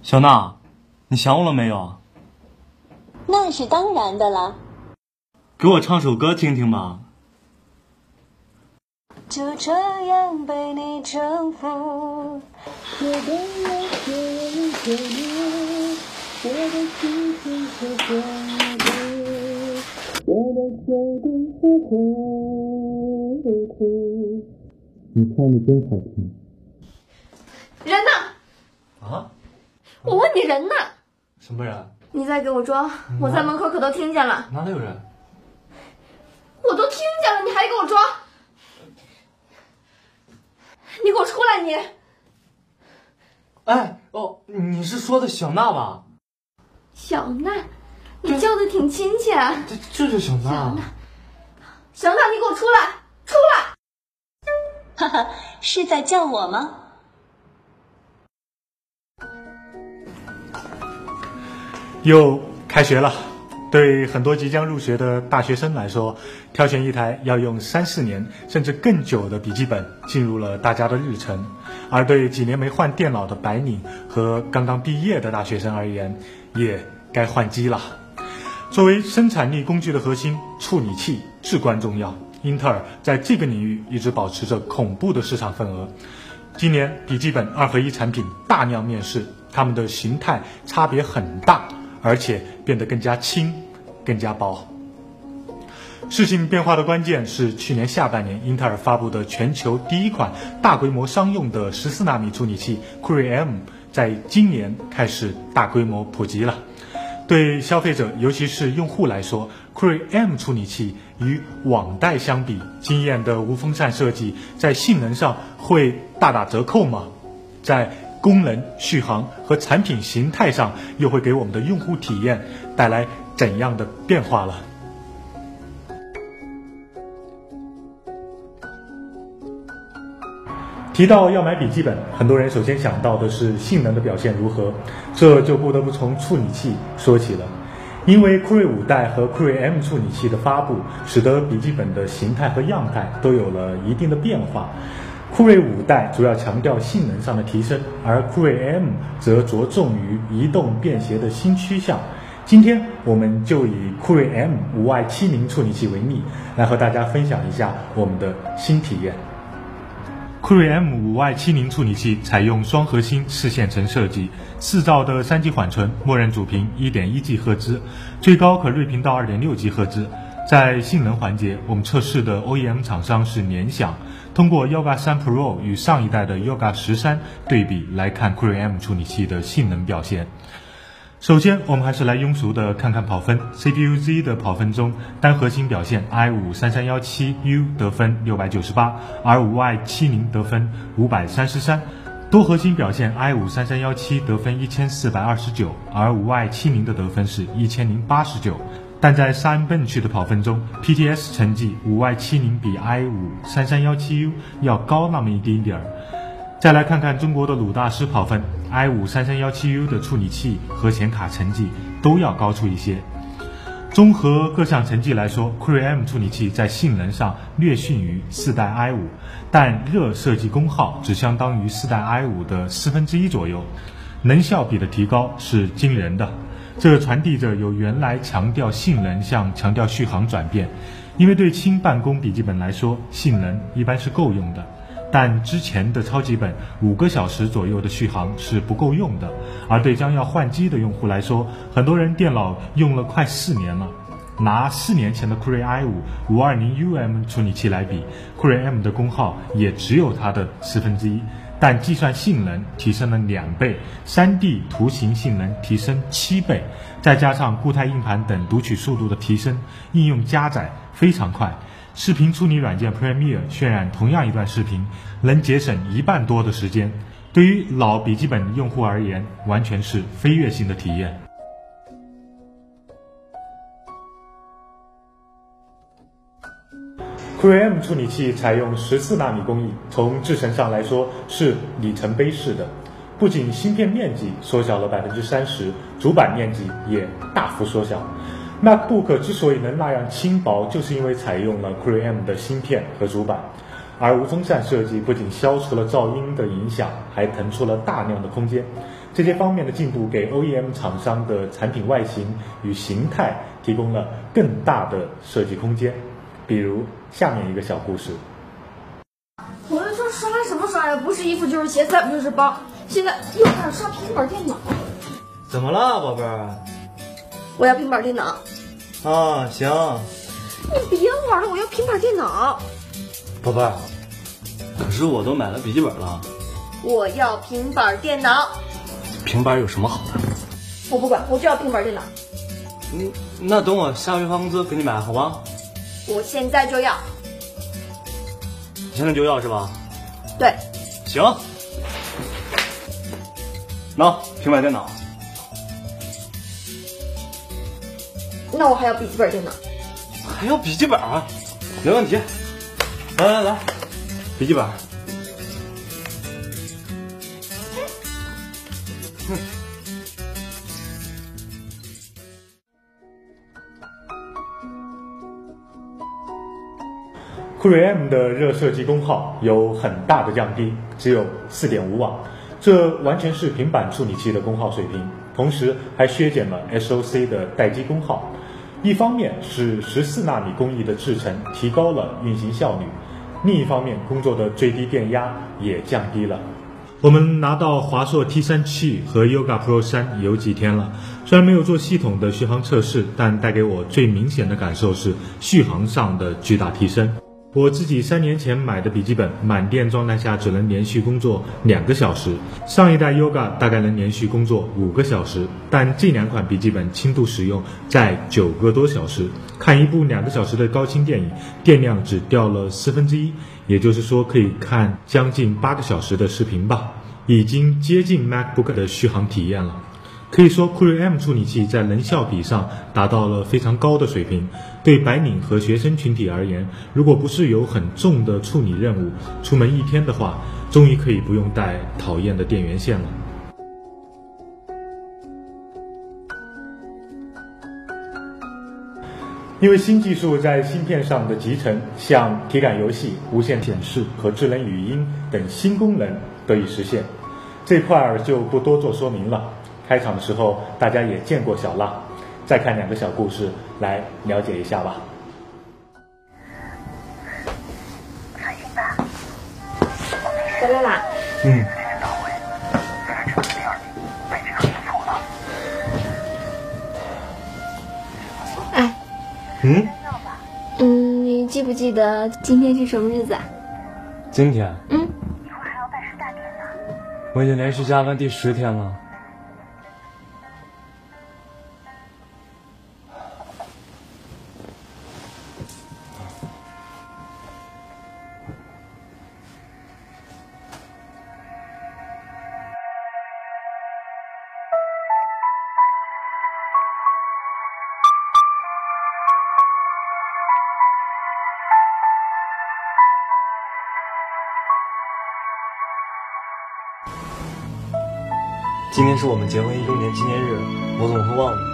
小娜，你想我了没有？ 那是当然的了。 给我唱首歌听听吧。 就这样被你征服，我的眼睛是你，我的心情是活的，我的决定是糊涂。 你唱的真好听。 人呢？ 啊？ 我问你人呢？ 什么人？ 你再给我装！我在门口可都听见了。 哪里有人？ 我都听见了，你还给我装？你给我出来！你！ 哎，哦，你是说的小娜吧？ 小娜，你叫的挺亲切啊。 这就小娜。 小娜，你给我出来！出来！ 哈哈，是在叫我吗？ 又开学了，对很多即将入学的大学生来说，挑选一台要用3-4年甚至更久的笔记本进入了大家的日程，而对几年没换电脑的白领和刚刚毕业的大学生而言，也该换机了。作为生产力工具的核心，处理器至关重要。英特尔在这个领域一直保持着恐怖的市场份额。今年笔记本2合1产品大量面世，它们的形态差别很大，而且变得更加轻、更加薄。事情变化的关键是去年下半年英特尔发布的全球第一款大规模商用的14纳米处理器酷睿 M 在今年开始大规模普及了。对消费者尤其是用户来说，酷睿 M 处理器与往代相比，惊艳的无风扇设计在性能上会大打折扣吗？在功能、续航和产品形态上又会给我们的用户体验带来怎样的变化了？提到要买笔记本，很多人首先想到的是性能的表现如何，这就不得不从处理器说起了。因为酷睿5代和酷睿 M 处理器的发布，使得笔记本的形态和样态都有了一定的变化。酷睿5代主要强调性能上的提升，而酷睿 M 则着重于移动便携的新趋向。今天我们就以酷睿 M5270处理器为例，来和大家分享一下我们的新体验。酷睿 M5270处理器采用双核心4线程设计，4兆的3级缓存，默认主频 1.1G 赫兹，最高可睿频到 2.6G 赫兹。在性能环节，我们测试的 OEM 厂商是联想。通过 Yoga 3 Pro 与上一代的 Yoga 13对比来看酷睿 M 处理器的性能表现。首先，我们还是来庸俗的看看跑分。CPU-Z 的跑分中，单核心表现 i5-3317U 得分698，而5270得分533；多核心表现 i5-3317得分1429，而5270的得分是1089。但在 Cinebench 的跑分中 ，PTS 成绩5270比 i5-3317U 要高那么一丁点儿。再来看看中国的鲁大师跑分 ，i5-3317U 的处理器和显卡成绩都要高出一些。综合各项成绩来说，酷睿 M 处理器在性能上略逊于4代 i5，但热设计功耗只相当于4代 i5的1/4左右，能效比的提高是惊人的。这传递着由原来强调性能向强调续航转变，因为对轻办公笔记本来说，性能一般是够用的。但之前的超级本5个小时左右的续航是不够用的，而对将要换机的用户来说，很多人电脑用了快4年了。拿4年前的酷睿 i5-520UM 处理器来比，酷睿 M 的功耗也只有它的1/4，但计算性能提升了2倍，3D 图形性能提升7倍，再加上固态硬盘等读取速度的提升，应用加载非常快。视频处理软件 Premiere 渲染同样一段视频，能节省1半多的时间。对于老笔记本用户而言，完全是飞跃性的体验。酷睿 M 处理器采用14纳米工艺，从制程上来说是里程碑式的。不仅芯片面积缩小了30%，主板面积也大幅缩小。MacBook 之所以能那样轻薄，就是因为采用了酷睿 M 的芯片和主板。而无风扇设计不仅消除了噪音的影响，还腾出了大量的空间。 这些方面的进步给 OEM 厂商的产品外形与形态提供了更大的设计空间。比如下面一个小故事。 我就说刷什么刷呀？不是衣服就是鞋，再不就是包，现在又开始刷平板电脑。 怎么了，宝贝儿？ 我要平板电脑。 啊，行。 你别玩了，我要平板电脑。 宝贝儿，可是我都买了笔记本了。 我要平板电脑。 平板有什么好的？ 我不管，我就要平板电脑。 那等我下个月发工资给你买，好吧？ 我现在就要。 你现在就要是吧？ 对。 行。喏，平板电脑。 那我还要笔记本电脑。 还要笔记本啊？没问题。来，笔记本。 酷睿 M 的热设计功耗有很大的降低，只有 4.5 瓦，这完全是平板处理器的功耗水平，同时还削减了 SoC 的待机功耗。一方面是14纳米工艺的制程提高了运行效率，另一方面工作的最低电压也降低了。我们拿到华硕 T37和 Yoga Pro 3有几天了，虽然没有做系统的续航测试，但带给我最明显的感受是续航上的巨大提升。我自己3年前买的笔记本，满电状态下只能连续工作2个小时，上一代 Yoga 大概能连续工作5个小时，但这2款笔记本轻度使用在9个多小时，看一部2个小时的高清电影，电量只掉了1/4，也就是说可以看将近8个小时的视频吧，已经接近 MacBook 的续航体验了。可以说酷睿 M 处理器在能效比上达到了非常高的水平，对白领和学生群体而言，如果不是有很重的处理任务，出门1天的话，终于可以不用带讨厌的电源线了。因为新技术在芯片上的集成，像体感游戏、无线显示和智能语音等新功能得以实现，这块就不多做说明了。开场的时候大家也见过小辣，再看2个小故事来了解一下吧。 开心吧？ 回来啦。哎。你记不记得今天是什么日子啊？ 今天？ 一会儿还要办事大典呢。 我已经连续加班第10天了。今天是我们结婚1周年纪念日，我怎么会忘了？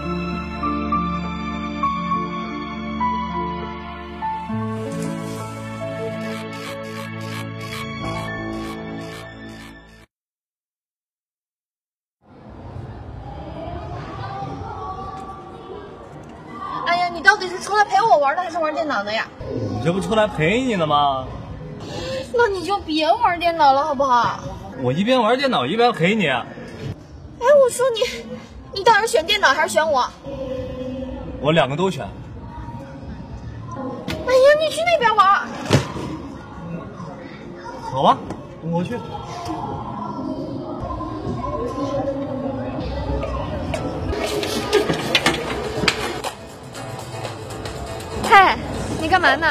哎呀，你到底是出来陪我玩的，还是玩电脑的呀？ 我这不出来陪你呢吗？ 那你就别玩电脑了，好不好？ 我一边玩电脑一边陪你。 哎，我说你到底是选电脑还是选我？ 我2个都选。 哎呀，你去那边玩。 好啊，我去。 嘿，你干嘛呢？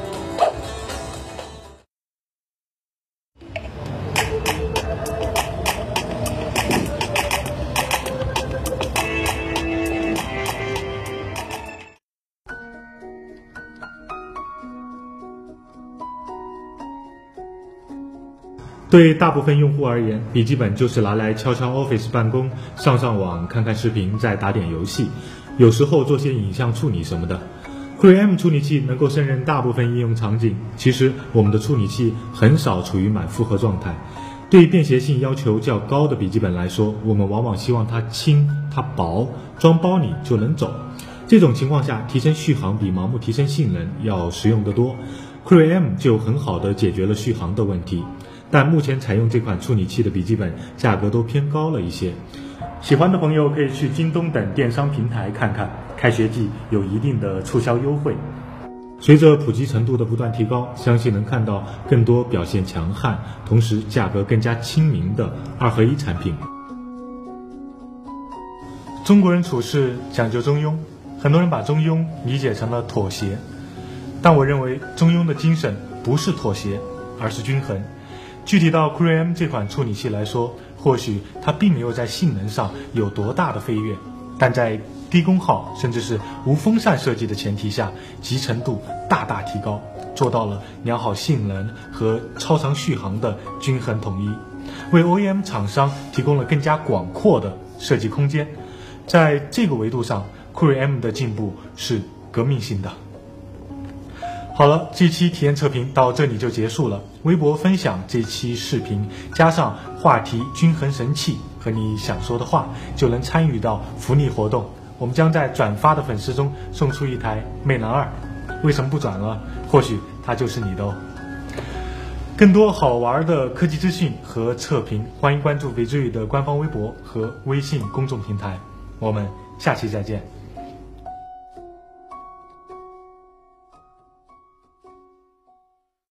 对大部分用户而言，笔记本就是拿来敲敲 Office 办公、上网、看看视频，再打点游戏，有时候做些影像处理什么的。酷睿 M 处理器能够胜任大部分应用场景，其实我们的处理器很少处于满负荷状态。 对便携性要求较高的笔记本来说，我们往往希望它轻、它薄，装包里就能走。这种情况下，提升续航比盲目提升性能要实用得多。Cruy M 就很好的解决了续航的问题，但目前采用这款处理器的笔记本价格都偏高了一些。喜欢的朋友可以去京东等电商平台看看，开学季有一定的促销优惠。随着普及程度的不断提高，相信能看到更多表现强悍，同时价格更加亲民的2合1产品。中国人处事讲究中庸，很多人把中庸理解成了妥协，但我认为中庸的精神不是妥协，而是均衡。具体到 Cruy M 这款处理器来说，或许它并没有在性能上有多大的飞跃，但在低功耗甚至是无风扇设计的前提下，集成度大大提高，做到了良好性能和超长续航的均衡统一，为 OEM 厂商提供了更加广阔的设计空间。在这个维度上， Cruy M 的进步是革命性的。好了，这期体验测评到这里就结束了。微博分享这期视频，加上话题均衡神器和你想说的话，就能参与到福利活动。我们将在转发的粉丝中送出一台魅蓝2，为什么不转了？或许它就是你的哦。更多好玩的科技资讯和测评，欢迎关注伟志宇的官方微博和微信公众平台。我们下期再见。